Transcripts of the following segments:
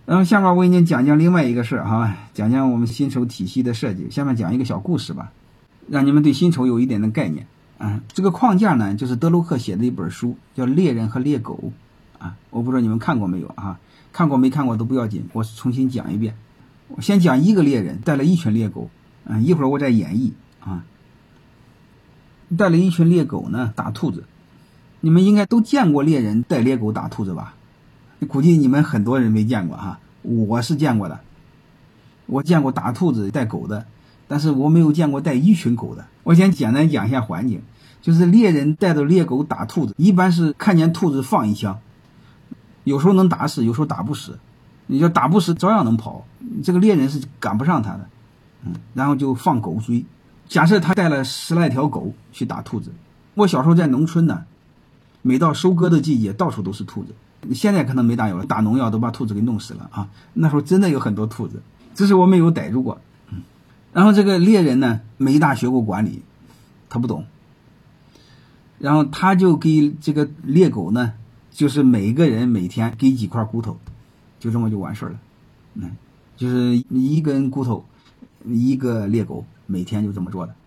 下面我给你讲讲另外一个事儿哈，讲讲我们薪酬体系的设计。下面讲一个小故事吧，让你们对薪酬有一点的概念。这个框架呢，就是德鲁克写的一本书，叫《猎人和猎狗》啊，我不知道你们看过没有啊？看过没看过都不要紧，我重新讲一遍。我先讲一个猎人带了一群猎狗，一会儿我再演绎啊。带了一群猎狗呢打兔子，你们应该都见过猎人带猎狗打兔子吧？估计你们很多人没见过哈，我是见过的。我见过打兔子带狗的，但是我没有见过带一群狗的。我先简单讲一下环境，就是猎人带着猎狗打兔子，一般是看见兔子放一枪，有时候能打死，有时候打不死。你要打不死照样能跑，这个猎人是赶不上他的。然后就放狗追。假设他带了10来条狗去打兔子。我小时候在农村呢，每到收割的季节到处都是兔子。现在可能没大有了，打农药都把兔子给弄死了啊！那时候真的有很多兔子，只是我没有逮住过。然后这个猎人呢，没大学过管理，他不懂。然后他就给这个猎狗呢，就是每个人每天给几块骨头，就这么就完事儿了。就是一根骨头，一个猎狗，每天就这么做的。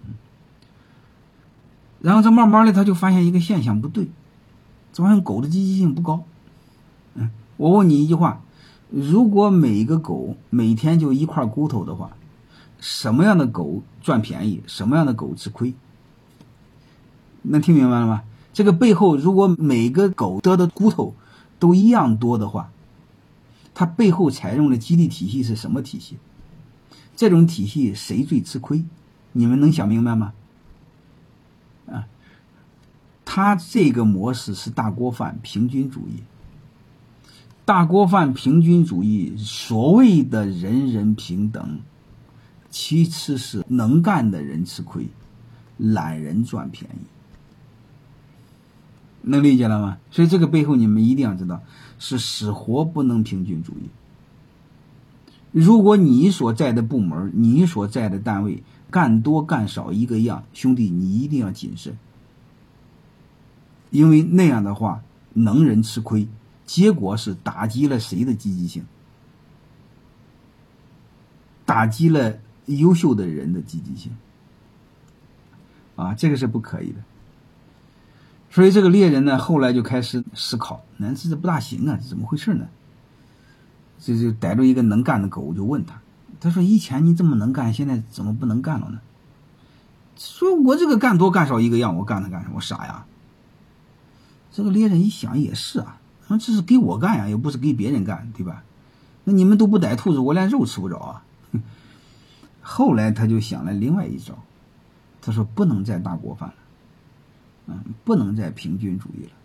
然后这慢慢的他就发现一个现象不对，这好像狗的积极性不高。我问你一句话，如果每个狗每天就一块骨头的话，什么样的狗赚便宜，什么样的狗吃亏？能听明白了吗？这个背后如果每个狗得的骨头都一样多的话，它背后采用的激励体系是什么体系？这种体系谁最吃亏？你们能想明白吗？它这个模式是大锅饭平均主义。大锅饭平均主义所谓的人人平等，其次是能干的人吃亏，懒人赚便宜。能理解了吗？所以这个背后你们一定要知道，是死活不能平均主义。如果你所在的部门，你所在的单位干多干少一个样，兄弟你一定要谨慎，因为那样的话能人吃亏，结果是打击了谁的积极性？打击了优秀的人的积极性啊，这个是不可以的。所以这个猎人呢，后来就开始思考，这不大行啊，这怎么回事呢？这就逮住一个能干的狗，就问他，他说以前你这么能干，现在怎么不能干了呢？说我这个干多干少一个样，我干它干什么？我傻呀。这个猎人一想也是啊，这是给我干呀，又不是给别人干，对吧？那你们都不逮兔子，我连肉吃不着啊。后来他就想了另外一招，他说不能再大锅饭了。不能再平均主义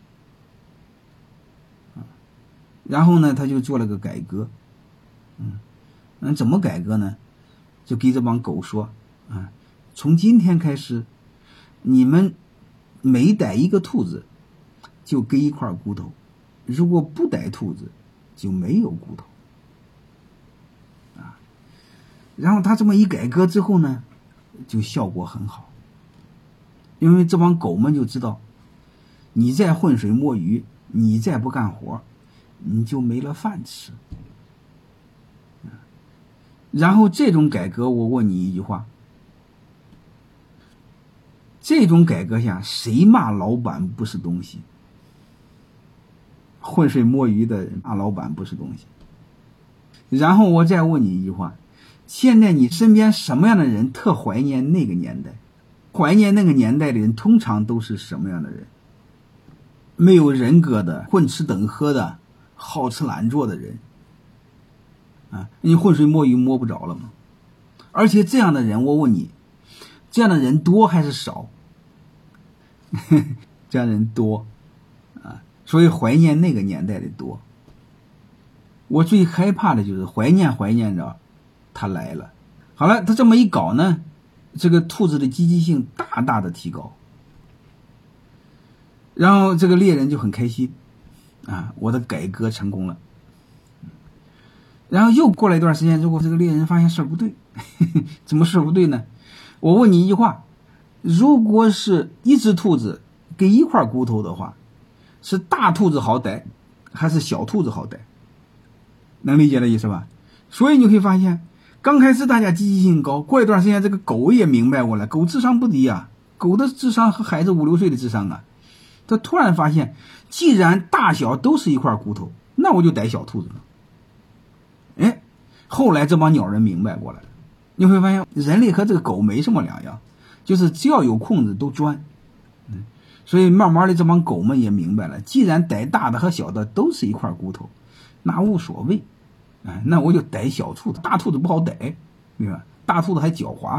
了。然后呢，他就做了个改革。怎么改革呢？就给这帮狗说，从今天开始，你们每逮一个兔子，就给一块骨头；如果不逮兔子，就没有骨头。然后他这么一改革之后呢，就效果很好。因为这帮狗们就知道，你再浑水摸鱼，你再不干活，你就没了饭吃。然后这种改革，我问你一句话，这种改革下，谁骂老板不是东西？浑水摸鱼的人骂老板不是东西。然后我再问你一句话，现在你身边什么样的人特怀念那个年代？怀念那个年代的人通常都是什么样的人？没有人格的，混吃等喝的，好吃懒做的人。你浑水摸鱼摸不着了吗？而且这样的人，我问你，这样的人多还是少？这样的人多所以怀念那个年代的多。我最害怕的就是怀念着他来了。好了，他这么一搞呢，这个兔子的积极性大大的提高。然后这个猎人就很开心我的改革成功了。然后又过了一段时间之后，这个猎人发现事儿不对。怎么事儿不对呢？我问你一句话，如果是一只兔子给一块骨头的话，是大兔子好逮还是小兔子好逮？ 能理解的意思吧？所以你会发现，刚开始大家积极性高，过一段时间这个狗也明白过来，狗智商不低啊，狗的智商和孩子5、6岁的智商啊。他突然发现，既然大小都是一块骨头，那我就逮小兔子了。哎，后来这帮鸟人明白过来了，你会发现人类和这个狗没什么两样，就是只要有空子都钻。所以慢慢的这帮狗们也明白了，既然逮大的和小的都是一块骨头，那无所谓，那我就逮小兔子，大兔子不好逮，对吧？大兔子还狡猾。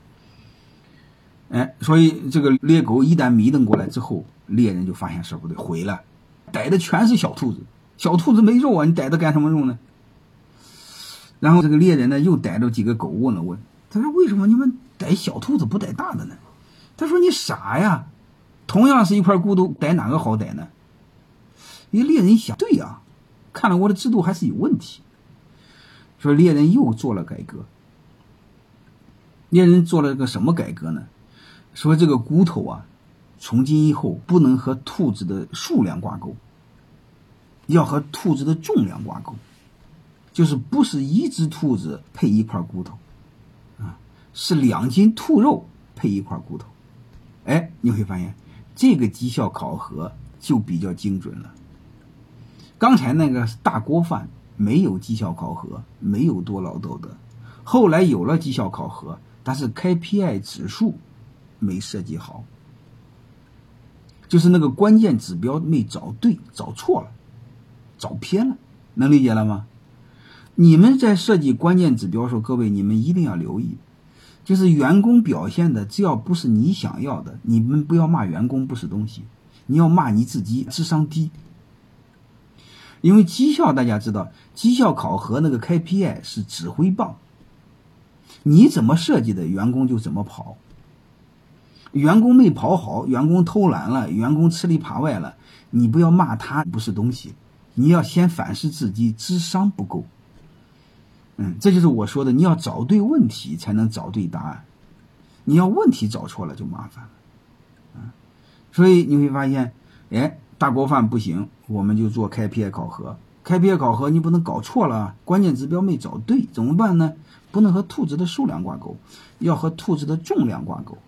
所以这个猎狗一旦迷瞪过来之后，猎人就发现事不对，毁了，逮的全是小兔子，小兔子没肉啊，你逮它干什么肉呢？然后这个猎人呢又逮着几个狗问了问，他说为什么你们逮小兔子不逮大的呢？他说你傻呀，同样是一块骨头，逮哪个好逮呢？一猎人一想，对呀，看来我的制度还是有问题。所以猎人又做了改革。猎人做了个什么改革呢？说这个骨头啊，从今以后不能和兔子的数量挂钩，要和兔子的重量挂钩，就是不是一只兔子配一块骨头啊，是2斤兔肉配一块骨头。你会发现这个绩效考核就比较精准了。刚才那个大锅饭没有绩效考核，没有多劳多得，后来有了绩效考核，但是 KPI 指数没设计好，就是那个关键指标没找对，找错了，找偏了，能理解了吗？你们在设计关键指标的时候，各位你们一定要留意，就是员工表现的只要不是你想要的，你们不要骂员工不是东西，你要骂你自己智商低。因为绩效大家知道，绩效考核那个 KPI 是指挥棒，你怎么设计的员工就怎么跑。员工没跑好，员工偷懒了，员工吃里扒外了，你不要骂他不是东西，你要先反思自己智商不够。这就是我说的，你要找对问题才能找对答案，你要问题找错了就麻烦了。所以你会发现，大锅饭不行，我们就做 KPI 考核。KPI 考核你不能搞错了，关键指标没找对，怎么办呢？不能和兔子的数量挂钩，要和兔子的重量挂钩。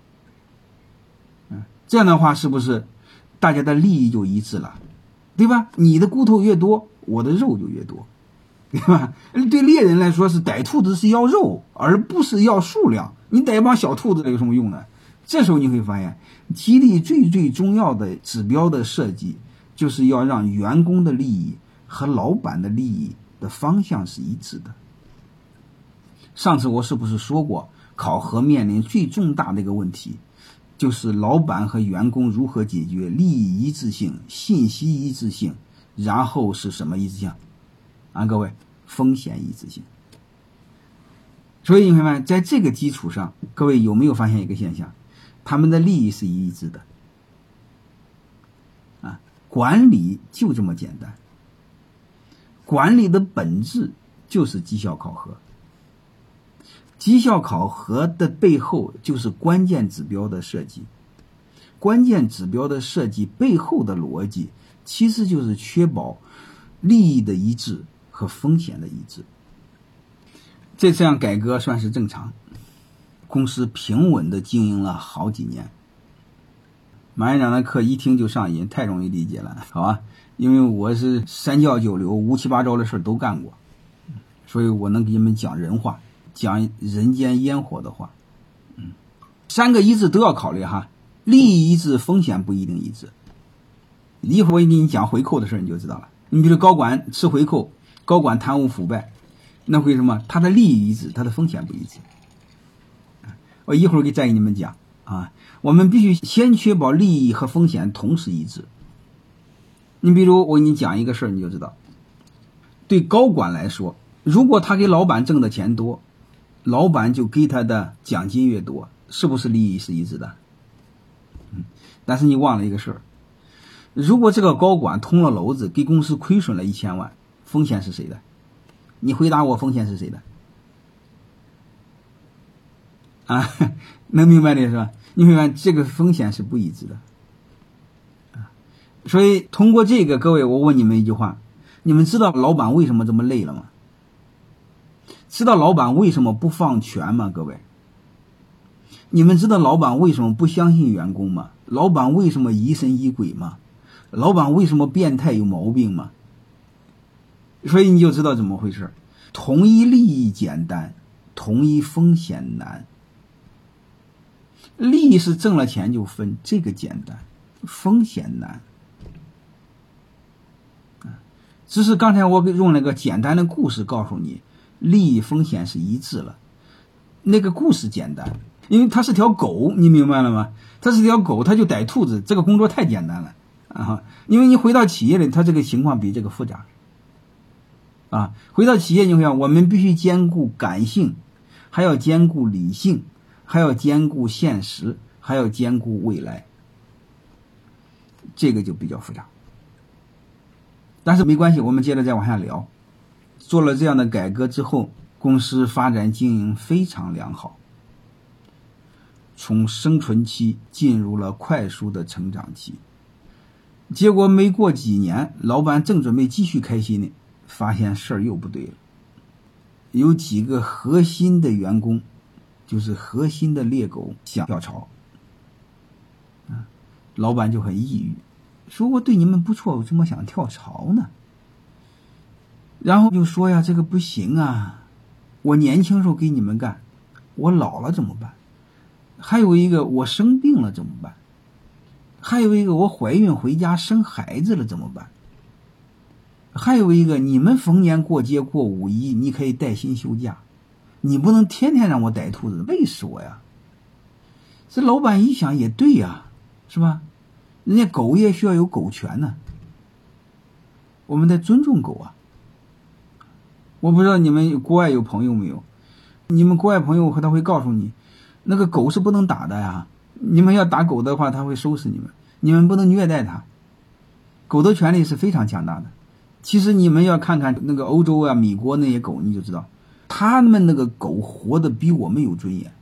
这样的话是不是大家的利益就一致了，对吧？你的骨头越多，我的肉就越多，对吧？对猎人来说是逮兔子是要肉，而不是要数量。你逮一帮小兔子有什么用呢？这时候你会发现，激励最重要的指标的设计，就是要让员工的利益和老板的利益的方向是一致的。上次我是不是说过，考核面临最重大的一个问题，就是老板和员工如何解决利益一致性、信息一致性，然后是什么一致性啊？各位，风险一致性。所以你看看，在这个基础上，各位有没有发现一个现象？他们的利益是一致的啊！管理就这么简单，管理的本质就是绩效考核。绩效考核的背后就是关键指标的设计，关键指标的设计背后的逻辑其实就是确保利益的一致和风险的一致。这样改革算是正常，公司平稳的经营了好几年。马院长的课一听就上瘾，太容易理解了，好吧？因为我是三教九流乌七八糟的事都干过，所以我能给你们讲人话，讲人间烟火的话。3个一致都要考虑哈，利益一致，风险不一定一致。一会儿我给你讲回扣的事你就知道了。你比如高管吃回扣，高管贪污腐败，那为什么他的利益一致，他的风险不一致？我一会儿再给你们讲啊。我们必须先确保利益和风险同时一致。你比如我给你讲一个事儿，你就知道，对高管来说，如果他给老板挣的钱多，老板就给他的奖金越多，是不是利益是一致的？但是你忘了一个事儿，如果这个高管捅了篓子，给公司亏损了1000万，风险是谁的？你回答我，风险是谁的？啊，能明白的是吧？你明白这个风险是不一致的。所以通过这个，各位，我问你们一句话， 你们知道老板为什么这么累了吗？知道老板为什么不放权吗？各位，你们知道老板为什么不相信员工吗？老板为什么疑神疑鬼吗？老板为什么变态有毛病吗？所以你就知道怎么回事。同一利益简单，同一风险难。利益是挣了钱就分，这个简单，风险难。只是刚才我用了个简单的故事告诉你，利益风险是一致了。那个故事简单，因为它是条狗，你明白了吗？它是条狗，它就逮兔子，这个工作太简单了啊！因为你回到企业里，它这个情况比这个复杂啊。回到企业，你会想，我们必须兼顾感性，还要兼顾理性，还要兼顾现实，还要兼顾未来，这个就比较复杂。但是没关系，我们接着再往下聊。做了这样的改革之后，公司发展经营非常良好，从生存期进入了快速的成长期。结果没过几年，老板正准备继续开心呢，发现事儿又不对了。有几个核心的员工，就是核心的猎狗想跳槽，老板就很抑郁，说我对你们不错，我怎么想跳槽呢？然后就说呀，这个不行啊，我年轻时候给你们干，我老了怎么办？还有一个我生病了怎么办？还有一个我怀孕回家生孩子了怎么办？还有一个你们逢年过节过五一你可以带薪休假，你不能天天让我逮兔子，累死我呀。这老板一想也对呀，是吧？人家狗也需要有狗权呢，我们得尊重狗啊。我不知道你们国外有朋友没有，你们国外朋友他会告诉你，那个狗是不能打的呀，你们要打狗的话他会收拾你们，你们不能虐待它。狗的权利是非常强大的。其实你们要看看那个欧洲啊美国那些狗，你就知道他们那个狗活得比我们有尊严。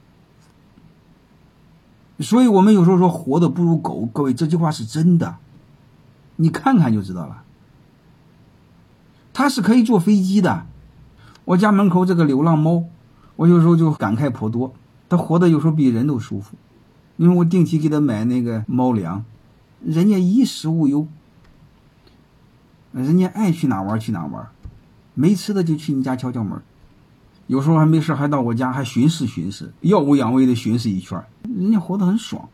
所以我们有时候说活得不如狗，各位这句话是真的，你看看就知道了。它是可以坐飞机的。我家门口这个流浪猫，我有时候就感慨颇多，它活得有时候比人都舒服，因为我定期给它买那个猫粮，人家衣食无忧，人家爱去哪玩去哪玩，没吃的就去你家敲敲门，有时候还没事还到我家还巡视巡视，耀武扬威的巡视一圈，人家活得很爽。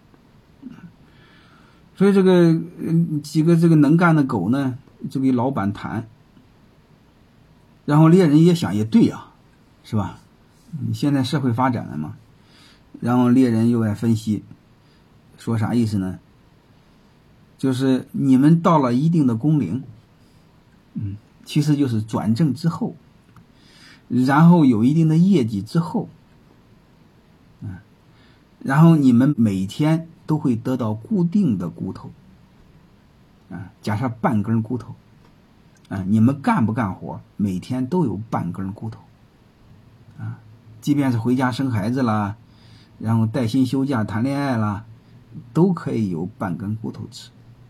所以这个几个这个能干的狗呢，就给老板谈，然后猎人也想也对啊，是吧？现在社会发展了嘛，然后猎人又来分析，说啥意思呢？就是你们到了一定的工龄，其实就是转正之后，然后有一定的业绩之后，然后你们每天都会得到固定的骨头，假设半根骨头，你们干不干活每天都有半根骨头，即便是回家生孩子啦，然后带薪休假谈恋爱啦，都可以有半根骨头吃。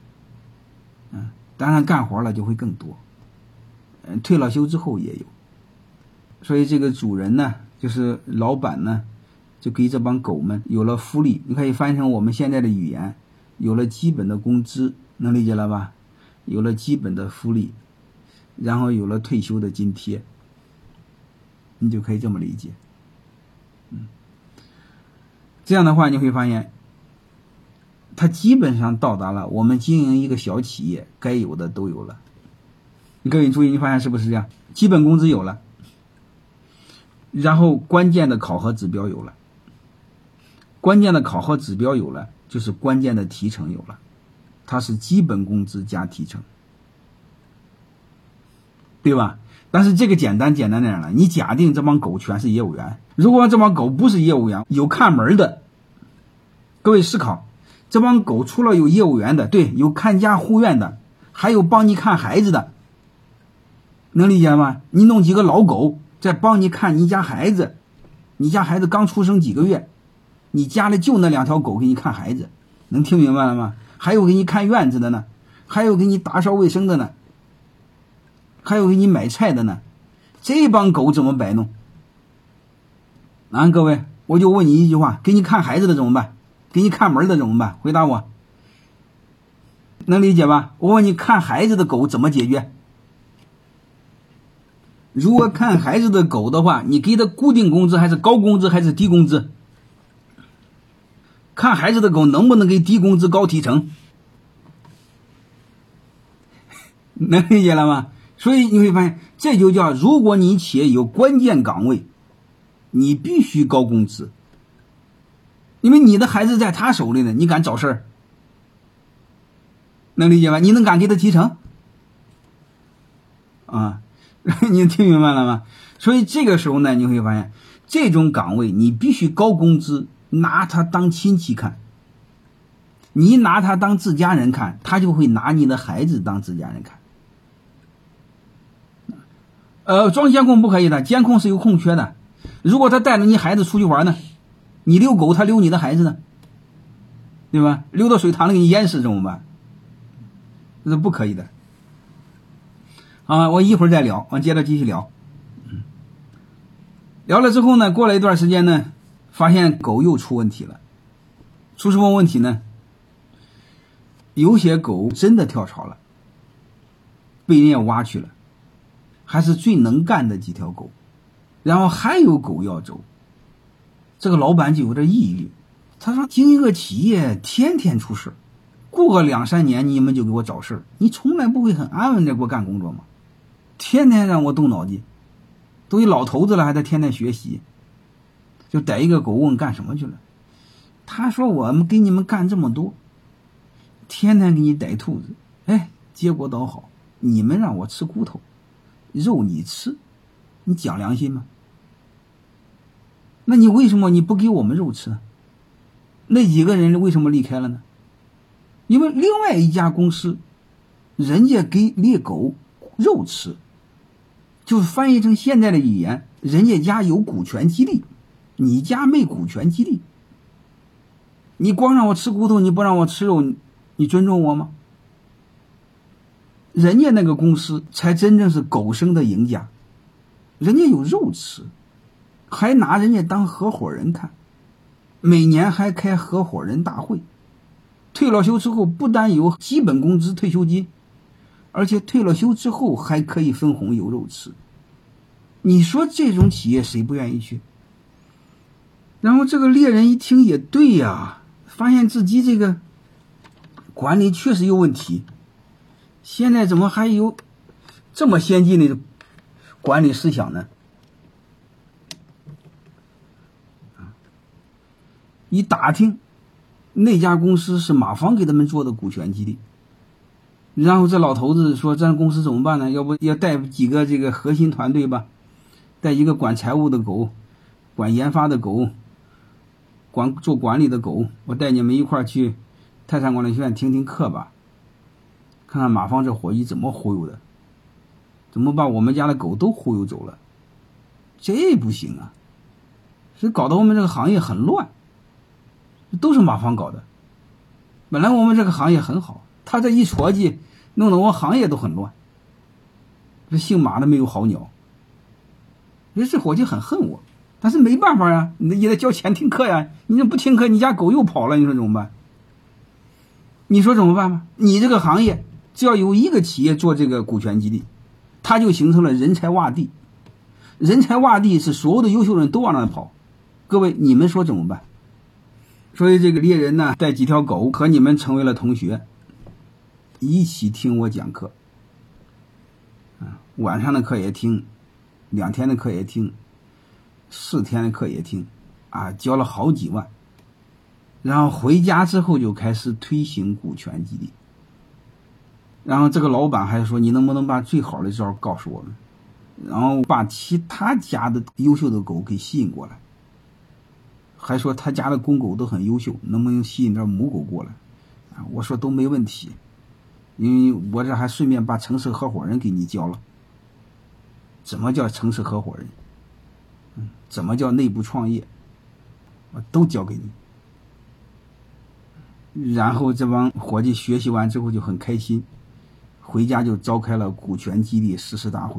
当然干活了就会更多，退了休之后也有。所以这个主人呢，就是老板呢，就给这帮狗们有了福利，你可以翻成我们现在的语言，有了基本的工资，能理解了吧？有了基本的福利，然后有了退休的津贴，你就可以这么理解。这样的话你会发现，它基本上到达了我们经营一个小企业该有的都有了。各位注意，你发现是不是这样？基本工资有了，然后关键的考核指标有了，关键的考核指标有了，就是关键的提成有了，它是基本工资加提成，对吧？但是这个简单在哪呢？你假定这帮狗全是业务员，如果这帮狗不是业务员，有看门的，各位思考，这帮狗除了有业务员的，对，有看家护院的，还有帮你看孩子的，能理解吗？你弄几个老狗在帮你看你家孩子，你家孩子刚出生几个月，你家里就那2条狗给你看孩子，能听明白了吗？还有给你看院子的呢，还有给你打扫卫生的呢。 还有给你买菜的呢，这帮狗怎么摆弄？各位，我就问你一句话，给你看孩子的怎么办？给你看门的怎么办？回答我，能理解吧？我问你，看孩子的狗怎么解决？如果看孩子的狗的话，你给他固定工资还是高工资还是低工资？看孩子的狗能不能给低工资高提成？能理解了吗？所以你会发现，这就叫，如果你企业有关键岗位，你必须高工资，因为你的孩子在他手里呢，你敢找事儿？能理解吗？你能敢给他提成？你听明白了吗？所以这个时候呢，你会发现，这种岗位你必须高工资，拿他当亲戚看。你拿他当自家人看，他就会拿你的孩子当自家人看。装监控不可以的，监控是有空缺的。如果他带着你孩子出去玩呢，你遛狗，他遛你的孩子呢，对吧？溜到水塘里给你淹死怎么办？这是不可以的。我一会儿再聊，我接着继续聊。聊了之后呢，过了一段时间呢，发现狗又出问题了。出什么问题呢？有些狗真的跳槽了，被人家挖去了，还是最能干的几条狗。然后还有狗要走，这个老板就有点抑郁。他说，经营个企业天天出事，过个2-3年你们就给我找事，你从来不会很安稳的给我干工作吗？天天让我动脑筋，都一老头子了还在天天学习。就逮一个狗问干什么去了，他说，我们给你们干这么多，天天给你逮兔子，结果倒好，你们让我吃骨头，肉你吃，你讲良心吗？那你为什么你不给我们肉吃？那几个人为什么离开了呢？因为另外一家公司人家给猎狗肉吃，就是翻译成现在的语言，人家家有股权激励，你家没股权激励。你光让我吃骨头，你不让我吃肉，你尊重我吗？人家那个公司才真正是狗生的赢家，人家有肉吃，还拿人家当合伙人看，每年还开合伙人大会。退了休之后不但有基本工资退休金，而且退了休之后还可以分红有肉吃。你说这种企业谁不愿意去？然后这个猎人一听也对呀，发现自己这个管理确实有问题，现在怎么还有这么先进的管理思想呢？一打听，那家公司是马芳给他们做的股权激励。然后这老头子说，咱公司怎么办呢？要不要带几个这个核心团队吧，带一个管财务的狗，管研发的狗，做管理的狗，我带你们一块儿去泰山管理学院听听课吧，看看马芳这伙计怎么忽悠的，怎么把我们家的狗都忽悠走了。这不行啊，所以搞得我们这个行业很乱，都是马芳搞的。本来我们这个行业很好，他这一撮叽弄得我行业都很乱。这姓马的没有好鸟，这伙计很恨我，但是没办法呀，你得交钱听课呀，你这不听课，你家狗又跑了，你说怎么办？你说怎么办吧？你这个行业只要有一个企业做这个股权激励，它就形成了人才洼地。人才洼地是所有的优秀人都往那跑，各位你们说怎么办？所以这个猎人呢，带几条狗和你们成为了同学，一起听我讲课，晚上的课也听，2天的课也听，4天的课也听，交了好几万。然后回家之后就开始推行股权激励。然后这个老板还说，你能不能把最好的招告诉我们，然后把其他家的优秀的狗给吸引过来，还说他家的公狗都很优秀，能不能吸引点母狗过来？我说都没问题，因为我这还顺便把城市合伙人给你教了。怎么叫城市合伙人？怎么叫内部创业？我都教给你。然后这帮伙计学习完之后就很开心， 回家就召开了股权激励誓师大会，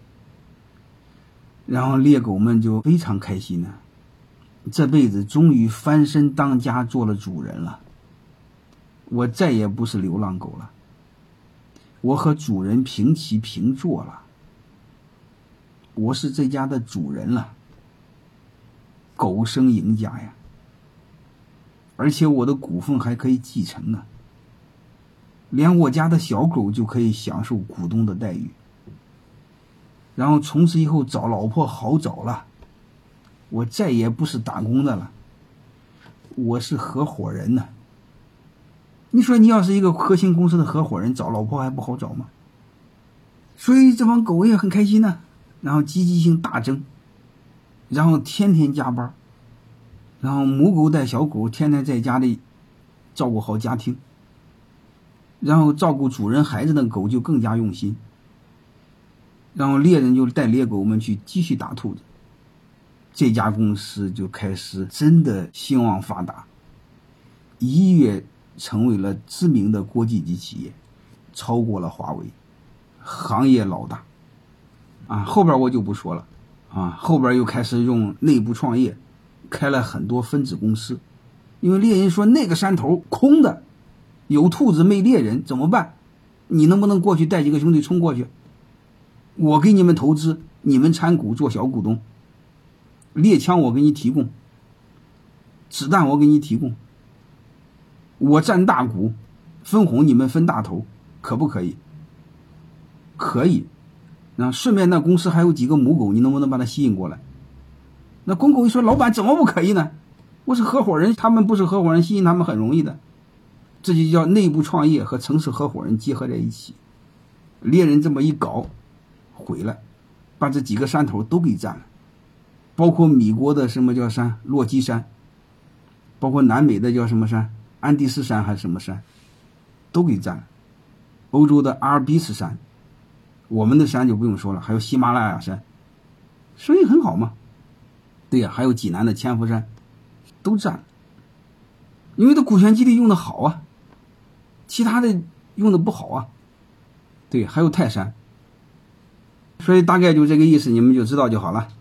然后猎狗们就非常开心呢，这辈子终于翻身当家做了主人了，我再也不是流浪狗了，我和主人平起平坐了，我是这家的主人了，狗生赢家呀，而且我的股份还可以继承呢，连我家的小狗就可以享受股东的待遇，然后从此以后找老婆好找了，我再也不是打工的了，我是合伙人呢。你说你要是一个核心公司的合伙人，找老婆还不好找吗？所以这帮狗也很开心呢，然后积极性大增，然后天天加班，然后母狗带小狗天天在家里照顾好家庭，然后照顾主人孩子的狗就更加用心，然后猎人就带猎狗们去继续打兔子，这家公司就开始真的兴旺发达，一跃成为了知名的国际级企业，超过了华为，行业老大啊。后边我就不说了啊，后边又开始用内部创业，开了很多分子公司，因为猎人说那个山头空的，有兔子没猎人怎么办？你能不能过去带几个兄弟冲过去？我给你们投资，你们参股做小股东，猎枪我给你提供，子弹我给你提供，我占大股，分红你们分大头，可不可以？可以。那顺便那公司还有几个母狗，你能不能把它吸引过来？那公狗一说，老板怎么不可以呢？我是合伙人，他们不是合伙人，吸引他们很容易的。这就叫内部创业和城市合伙人结合在一起。猎人这么一搞，毁了，把这几个山头都给占了，包括米国的什么叫山，落基山，包括南美的叫什么山，安第斯山还是什么山，都给占了。欧洲的阿尔卑斯山，我们的山就不用说了，还有喜马拉雅山，生意很好嘛。对呀，还有济南的千佛山，都占了。因为它股权激励用的好啊，其他的用的不好啊。对，还有泰山。所以大概就这个意思，你们就知道就好了。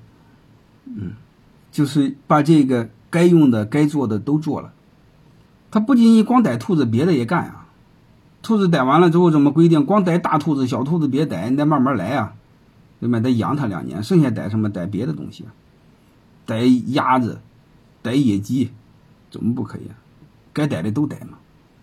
就是把这个该用的该做的都做了。他不仅仅光逮兔子，别的也干啊。兔子逮完了之后怎么规定？光逮大兔子，小兔子别逮，你得慢慢来啊，对吧？得养它2年，剩下逮什么？逮别的东西啊，逮鸭子，逮野鸡，怎么不可以啊？该逮的都逮嘛。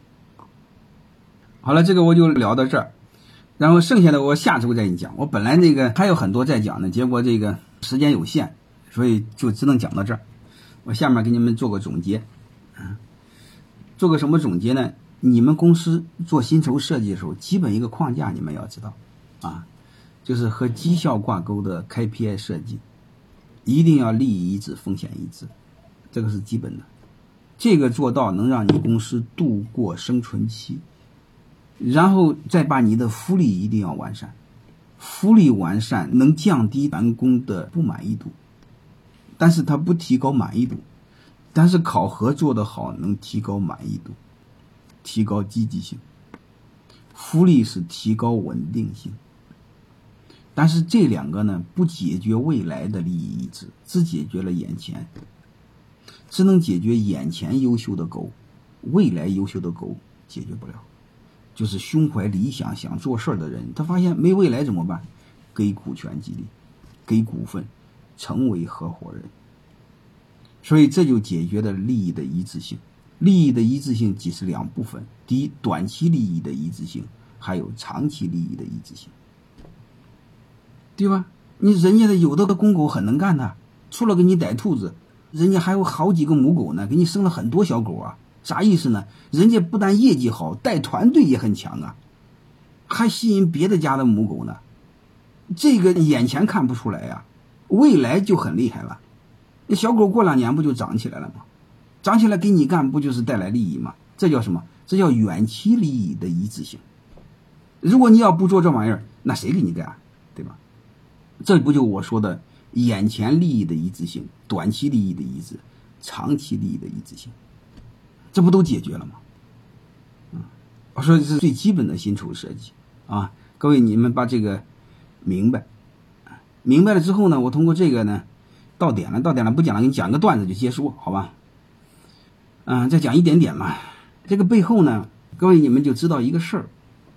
好了，这个我就聊到这儿，然后剩下的我下周再给你讲。我本来这个还有很多在讲的，结果这个时间有限，所以就只能讲到这儿。我下面给你们做个总结，做个什么总结呢？你们公司做薪酬设计的时候，基本一个框架你们要知道啊，就是和绩效挂钩的 KPI 设计，一定要利益一致，风险一致，这个是基本的。这个做到能让你公司度过生存期，然后再把你的福利一定要完善，福利完善能降低员工的不满意度，但是它不提高满意度，但是考核做得好能提高满意度，提高积极性。福利是提高稳定性，但是这两个呢不解决未来的利益一致，只解决了眼前，只能解决眼前优秀的狗，未来优秀的狗解决不了。就是胸怀理想想做事的人，他发现没未来怎么办？给股权激励，给股份，成为合伙人。所以这就解决了利益的一致性。利益的一致性即是2部分，第一，短期利益的一致性，还有长期利益的一致性，对吧？你人家的有的公狗很能干的，除了给你逮兔子，人家还有好几个母狗呢，给你生了很多小狗啊。啥意思呢？人家不但业绩好，带团队也很强啊，还吸引别的家的母狗呢。这个眼前看不出来呀，未来就很厉害了。那小狗过2年不就长起来了吗？长起来给你干不就是带来利益吗？这叫什么？这叫远期利益的一致性。如果你要不做这玩意儿，那谁给你干？对吧？这不就我说的眼前利益的一致性，短期利益的一致，长期利益的一致性，这不都解决了吗？我说这是最基本的薪酬设计。 啊。各位你们把这个明白了之后呢，我通过这个呢到点了不讲了，给你讲个段子就结束，好吧？再讲一点点嘛。这个背后呢，各位你们就知道一个事儿，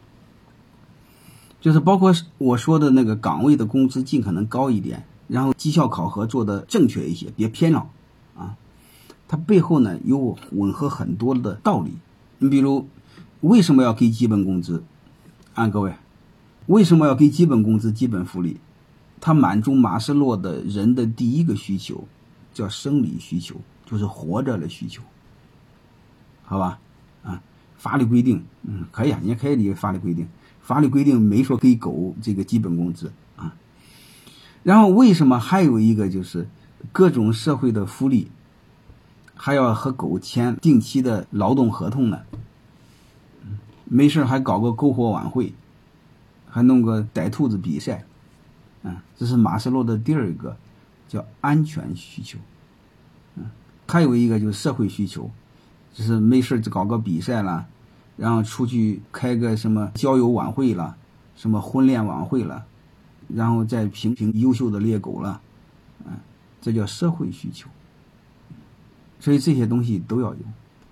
就是包括我说的那个岗位的工资尽可能高一点，然后绩效考核做的正确一些，别偏了啊。它背后呢有吻合很多的道理。你比如为什么要给基本工资？各位，为什么要给基本工资、基本福利？它满足马斯洛的人的第一个需求，叫生理需求，就是活着的需求，好吧？法律规定，可以啊，你也可以理解法律规定。法律规定没说给狗这个基本工资啊。然后为什么还有一个就是各种社会的福利，还要和狗签定期的劳动合同呢？没事还搞个篝火晚会，还弄个逮兔子比赛，这是马斯洛的第二个叫安全需求。还有一个就是社会需求，就是没事就搞个比赛了，然后出去开个什么交友晚会了，什么婚恋晚会了，然后再评优秀的猎狗了，这叫社会需求。所以这些东西都要有。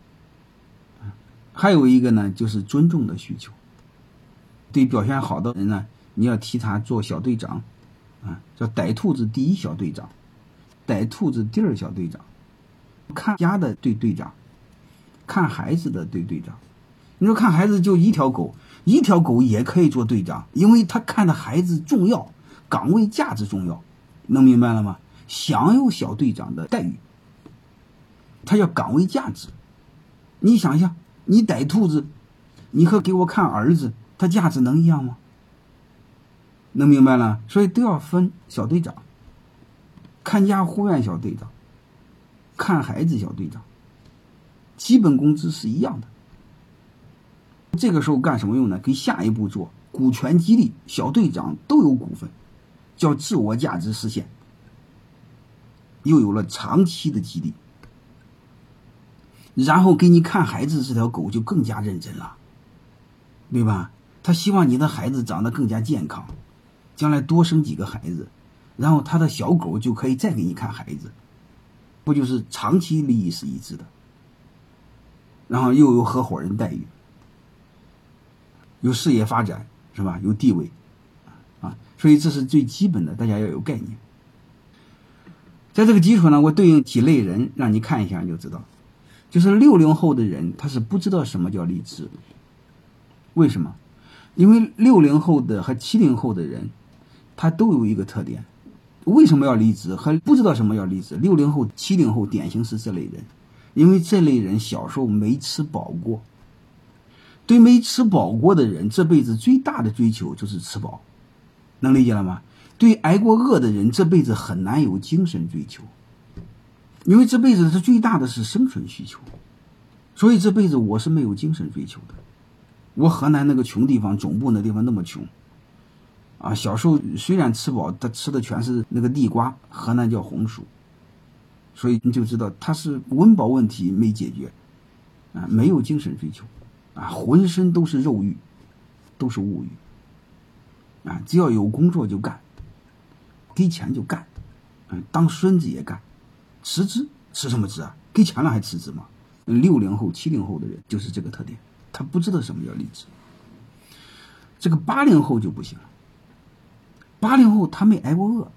还有一个呢，就是尊重的需求。对表现好的人呢，你要提他做小队长，叫逮兔子第一小队长，逮兔子第二小队长，看家的队长，看孩子的队长。你说看孩子就一条狗也可以做队长，因为他看的孩子重要，岗位价值重要，能明白了吗？享有小队长的待遇，他叫岗位价值。你想想，你逮兔子，你和给我看儿子，他价值能一样吗？能明白了？所以都要分小队长，看家护院小队长，看孩子小队长，基本工资是一样的。这个时候干什么用呢？给下一步做股权激励，小队长都有股份，叫自我价值实现，又有了长期的激励。然后给你看孩子这条狗就更加认真了，对吧？他希望你的孩子长得更加健康，将来多生几个孩子，然后他的小狗就可以再给你看孩子，不就是长期利益是一致的？然后又有合伙人待遇，有事业发展，是吧？有地位所以这是最基本的，大家要有概念。在这个基础呢，我对应几类人让你看一下你就知道。就是60后的人他是不知道什么叫离职。为什么？因为60后的和70后的人他都有一个特点。为什么要离职和不知道什么要离职？60后70后典型是这类人，因为这类人小时候没吃饱过。对没吃饱过的人，这辈子最大的追求就是吃饱，能理解了吗？对挨过饿的人，这辈子很难有精神追求，因为这辈子他最大的是生存需求，所以这辈子我是没有精神追求的。我河南那个穷地方，总部那地方那么穷小时候虽然吃饱，他吃的全是那个地瓜，河南叫红薯，所以你就知道他是温饱问题没解决没有精神追求浑身都是肉欲，都是物欲只要有工作就干，给钱就干当孙子也干，辞职辞什么职给钱了还辞职吗？60后70后的人就是这个特点，他不知道什么叫离职。这个80后就不行了，80后他没挨过饿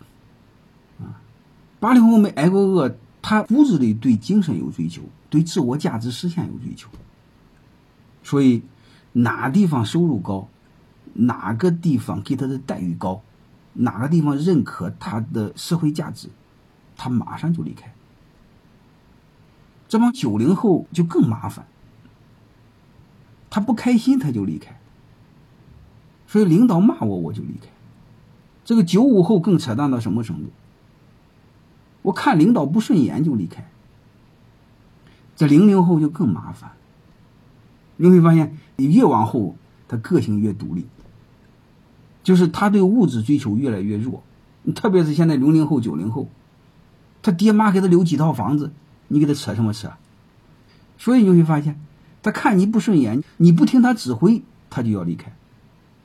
80后没挨过饿，他骨子里对精神有追求，对自我价值实现有追求，所以哪地方收入高，哪个地方给他的待遇高，哪个地方认可他的社会价值，他马上就离开。这帮90后就更麻烦，他不开心他就离开，所以领导骂我就离开。这个95后更扯淡到什么程度？我看领导不顺眼就离开。这00后就更麻烦，你会发现你越往后他个性越独立，就是他对物质追求越来越弱，特别是现在00后90后，他爹妈给他留几套房子，你给他扯什么扯？所以你会发现他看你不顺眼，你不听他指挥他就要离开。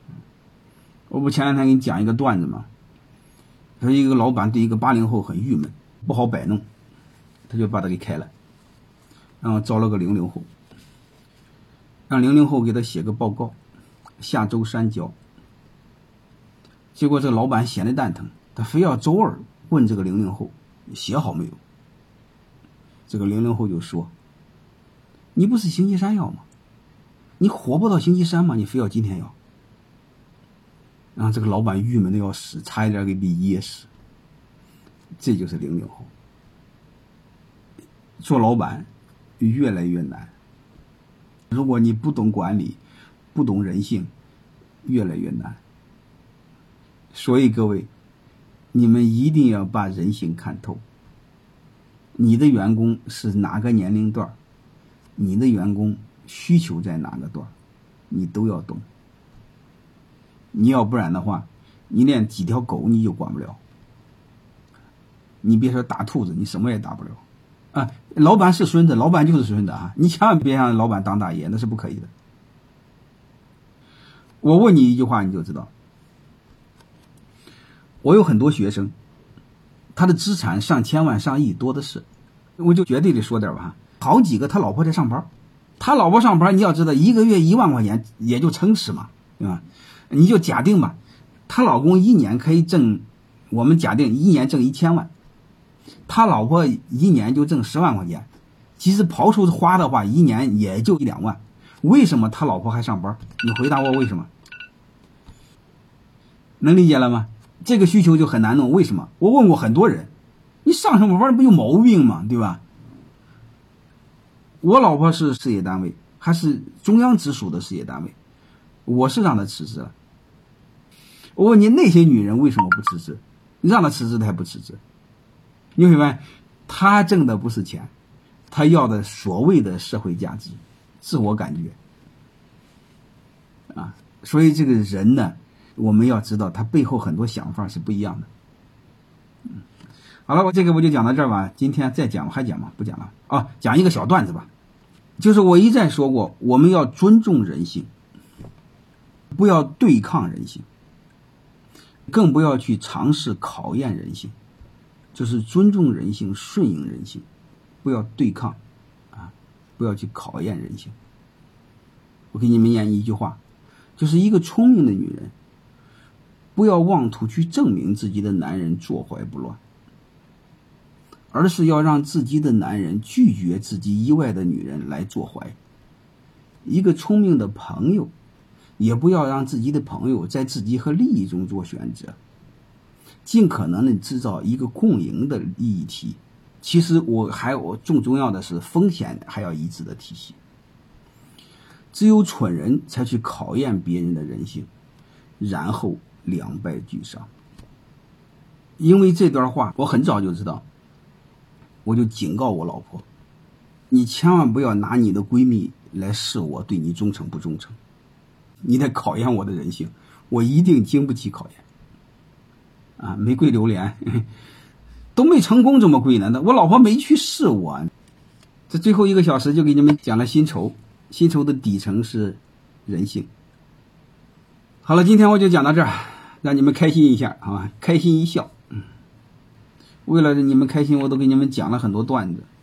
我不前两天给你讲一个段子吗？说一个老板对一个80后很郁闷，不好摆弄，他就把他给开了，然后招了个00后，让00后给他写个报告，下周3交。结果这个老板闲得蛋疼，他非要周2问这个00后写好没有。这个00后就说：“你不是星期3要吗？你活不到星期3吗？你非要今天要。”然后这个老板郁闷的要死，差一点给被噎死。这就是00后。做老板越来越难，如果你不懂管理，不懂人性，越来越难。所以各位，你们一定要把人性看透。你的员工是哪个年龄段，你的员工需求在哪个段，你都要懂。你要不然的话，你连几条狗你就管不了。你别说打兔子，你什么也打不了啊！老板是孙子，老板就是孙子啊！你千万别让老板当大爷，那是不可以的。我问你一句话你就知道，我有很多学生，他的资产上千万上亿多的是，我就绝对的说点吧，好几个他老婆在上班，他老婆上班，你要知道一个月1万块钱也就撑死嘛，对吧？你就假定吧，他老公一年可以挣，我们假定一年挣1000万，他老婆一年就挣10万块钱，其实刨出花的话，一年也就1-2万。为什么他老婆还上班？你回答我为什么？能理解了吗？这个需求就很难弄。为什么？我问过很多人，你上什么班不有毛病吗？对吧？我老婆是事业单位，还是中央直属的事业单位，我是让她辞职了。我问你，那些女人为什么不辞职？你让她辞职她还不辞职。你会发现，她挣的不是钱，她要的所谓的社会价值、自我感觉啊。所以这个人呢，我们要知道他背后很多想法是不一样的。好了，我这个我就讲到这儿吧。今天再讲还讲吗？不讲了啊，讲一个小段子吧。就是我一再说过，我们要尊重人性，不要对抗人性，更不要去尝试考验人性，就是尊重人性，顺应人性，不要对抗啊，不要去考验人性。我给你们演一句话，就是一个聪明的女人，不要妄图去证明自己的男人坐怀不乱，而是要让自己的男人拒绝自己以外的女人来坐怀。一个聪明的朋友，也不要让自己的朋友在自己和利益中做选择，尽可能的制造一个共赢的利益体。其实我重要的是风险还要一致的体系。只有蠢人才去考验别人的人性，然后两败俱伤。因为这段话我很早就知道，我就警告我老婆，你千万不要拿你的闺蜜来试我对你忠诚不忠诚，你得考验我的人性，我一定经不起考验啊！玫瑰榴莲都没成功这么贵呢，我老婆没去试我。这最后1个小时就给你们讲了薪酬，薪酬的底层是人性。好了，今天我就讲到这儿，让你们开心一下啊，开心一笑。为了你们开心，我都给你们讲了很多段子。